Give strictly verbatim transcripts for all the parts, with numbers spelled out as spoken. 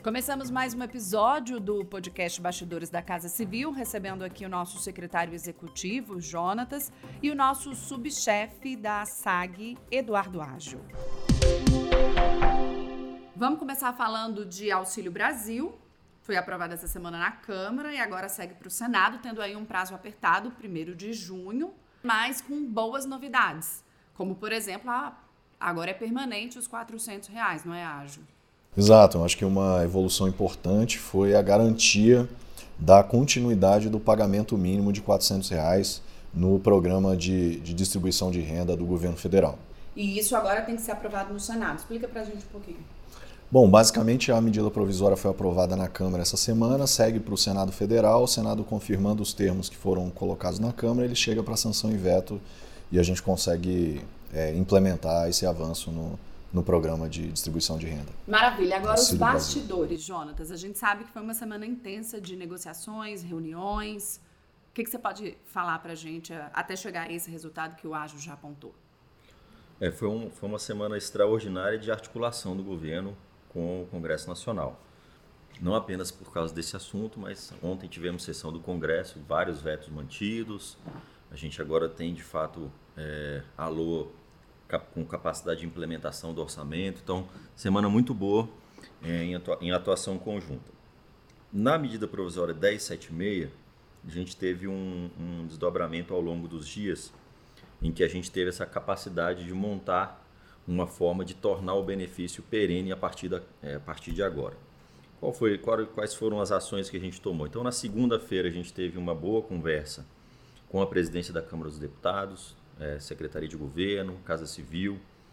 Começamos mais um episódio do podcast Bastidores da Casa Civil, recebendo aqui o nosso secretário executivo, Jonatas, e o nosso subchefe da SAG, Eduardo Ágio. Vamos começar falando de Auxílio Brasil. Foi aprovado essa semana na Câmara e agora segue para o Senado, tendo aí um prazo apertado, primeiro de junho, mas com boas novidades. Como, por exemplo, a, agora é permanente os quatrocentos reais, não é, Ágio? Exato, eu acho que uma evolução importante foi a garantia da continuidade do pagamento mínimo de quatrocentos reais no programa de, de distribuição de renda do governo federal. E isso agora tem que ser aprovado no Senado. Explica pra gente um pouquinho. Bom, basicamente a medida provisória foi aprovada na Câmara essa semana, segue para o Senado Federal, o Senado confirmando os termos que foram colocados na Câmara, ele chega para sanção e veto e a gente consegue é, implementar esse avanço no no programa de distribuição de renda. Maravilha. Agora os bastidores, Jonatas. A gente sabe que foi uma semana intensa de negociações, reuniões. O que, que você pode falar para a gente até chegar a esse resultado que o Ágio já apontou? É, foi, um, foi uma semana extraordinária de articulação do governo com o Congresso Nacional. Não apenas por causa desse assunto, mas ontem tivemos sessão do Congresso, vários vetos mantidos. A gente agora tem, de fato, é, alô com capacidade de implementação do orçamento. Então, semana muito boa é, em atuação conjunta. Na medida provisória dez setenta e seis, a gente teve um, um desdobramento ao longo dos dias em que a gente teve essa capacidade de montar uma forma de tornar o benefício perene a partir, da, é, a partir de agora. Qual foi, qual, quais foram as ações que a gente tomou? Então, na segunda-feira, a gente teve uma boa conversa com a presidência da Câmara dos Deputados, É, Secretaria de Governo, Casa Civil,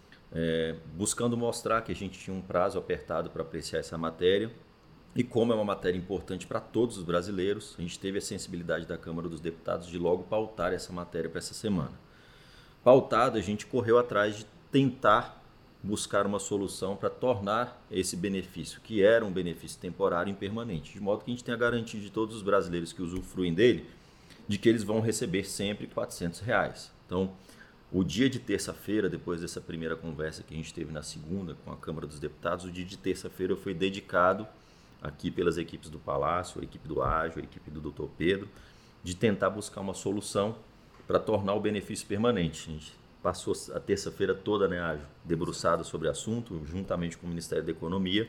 é, buscando mostrar que a gente tinha um prazo apertado para apreciar essa matéria e como é uma matéria importante para todos os brasileiros, a gente teve a sensibilidade da Câmara dos Deputados de logo pautar essa matéria para essa semana. Pautado, a gente correu atrás de tentar buscar uma solução para tornar esse benefício, que era um benefício temporário, impermanente, de modo que a gente tenha a garantia de todos os brasileiros que usufruem dele, de que eles vão receber sempre quatrocentos reais. Então, o dia de terça-feira, depois dessa primeira conversa que a gente teve na segunda com a Câmara dos Deputados, o dia de terça-feira foi dedicado aqui pelas equipes do Palácio, a equipe do Ágio, a equipe do doutor Pedro, de tentar buscar uma solução para tornar o benefício permanente. A gente passou a terça-feira toda, né, Ágio, debruçado sobre o assunto, juntamente com o Ministério da Economia,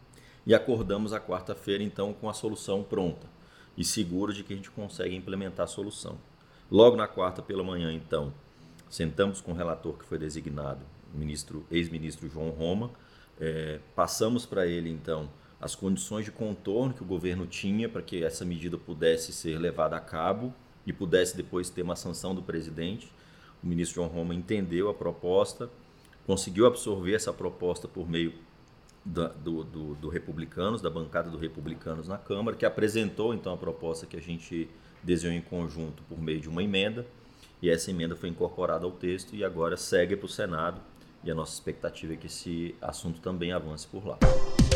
e acordamos a quarta-feira, então, com a solução pronta e seguro de que a gente consegue implementar a solução. Logo na quarta pela manhã, então, sentamos com o relator que foi designado, o ministro, ex-ministro João Roma, é, passamos para ele, então, as condições de contorno que o governo tinha para que essa medida pudesse ser levada a cabo e pudesse depois ter uma sanção do presidente. O ministro João Roma entendeu a proposta, conseguiu absorver essa proposta por meio da, do, do, do Republicanos, da bancada do Republicanos na Câmara, que apresentou, então, a proposta que a gente desenhou em conjunto por meio de uma emenda, e essa emenda foi incorporada ao texto e agora segue para o Senado, e a nossa expectativa é que esse assunto também avance por lá.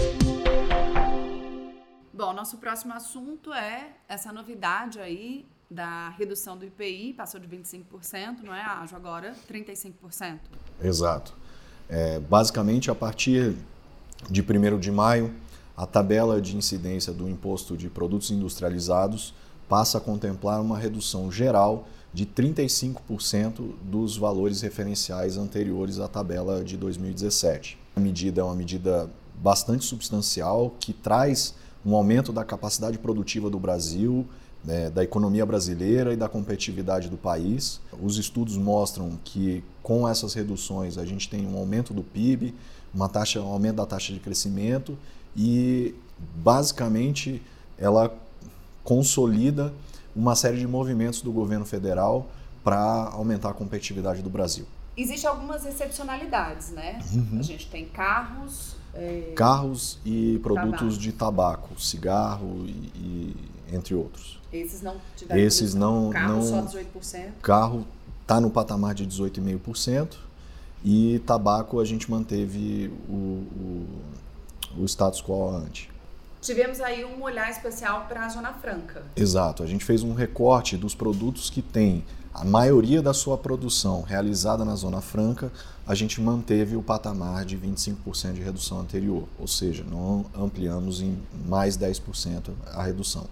Bom, nosso próximo assunto é essa novidade aí da redução do I P I, passou de vinte e cinco por cento, não é, Ágio? Agora trinta e cinco por cento. Exato. É, basicamente, a partir de primeiro de maio, a tabela de incidência do imposto de produtos industrializados passa a contemplar uma redução geral de trinta e cinco por cento dos valores referenciais anteriores à tabela de dois mil e dezessete. A medida é uma medida bastante substancial que traz um aumento da capacidade produtiva do Brasil, né, da economia brasileira e da competitividade do país. Os estudos mostram que com essas reduções a gente tem um aumento do P I B, uma taxa, um aumento da taxa de crescimento e basicamente ela consolida uma série de movimentos do governo federal para aumentar a competitividade do Brasil. Existem algumas excepcionalidades, né? Uhum. A gente tem carros... É... Carros e produtos tabaco. de tabaco, cigarro e, e entre outros. Esses não tiveram Esses não, carro não, só dezoito por cento? Carro está no patamar de dezoito vírgula cinco por cento e tabaco a gente manteve o, o, o status quo ante. Tivemos aí um olhar especial para a Zona Franca. Exato, a gente fez um recorte dos produtos que têm a maioria da sua produção realizada na Zona Franca, a gente manteve o patamar de vinte e cinco por cento de redução anterior, ou seja, não ampliamos em mais dez por cento a redução.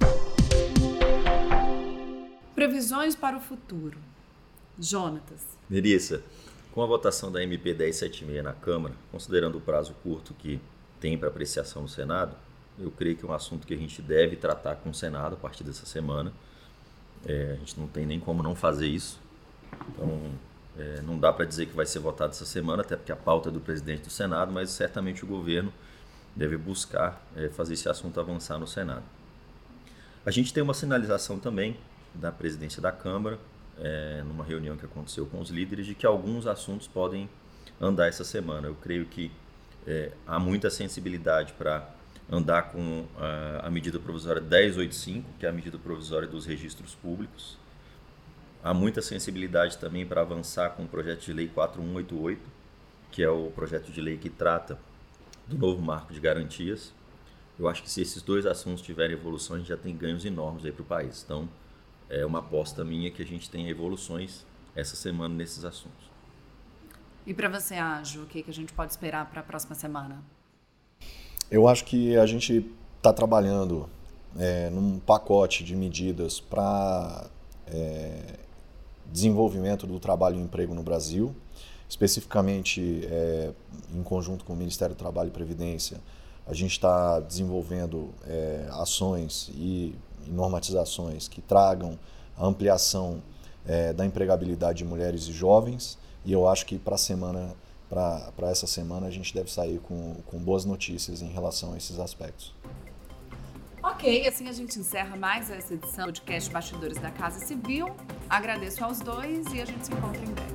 Previsões para o futuro. Jonatas. Nerissa, com a votação da M P dez setenta e seis na Câmara, considerando o prazo curto que tem para apreciação no Senado, eu creio que é um assunto que a gente deve tratar com o Senado a partir dessa semana. É, a gente não tem nem como não fazer isso. Então, é, não dá para dizer que vai ser votado essa semana, até porque a pauta é do presidente do Senado, mas certamente o governo deve buscar é, fazer esse assunto avançar no Senado. A gente tem uma sinalização também da presidência da Câmara, é, numa reunião que aconteceu com os líderes, de que alguns assuntos podem andar essa semana. Eu creio que é, há muita sensibilidade para andar com a, a medida provisória dez oitenta e cinco, que é a medida provisória dos registros públicos. Há muita sensibilidade também para avançar com o projeto de lei quatro mil cento e oitenta e oito, que é o projeto de lei que trata do novo marco de garantias. Eu acho que se esses dois assuntos tiverem evolução, a gente já tem ganhos enormes aí para o país. Então, é uma aposta minha que a gente tenha evoluções essa semana nesses assuntos. E para você, Aju, o que, que a gente pode esperar para a próxima semana? Eu acho que a gente está trabalhando é, num pacote de medidas para é, desenvolvimento do trabalho e emprego no Brasil, especificamente é, em conjunto com o Ministério do Trabalho e Previdência. A gente está desenvolvendo é, ações e, e normatizações que tragam a ampliação é, da empregabilidade de mulheres e jovens, e eu acho que para a semana Para essa semana a gente deve sair com, com boas notícias em relação a esses aspectos. Ok, assim a gente encerra mais essa edição do podcast Bastidores da Casa Civil. Agradeço aos dois e a gente se encontra em breve.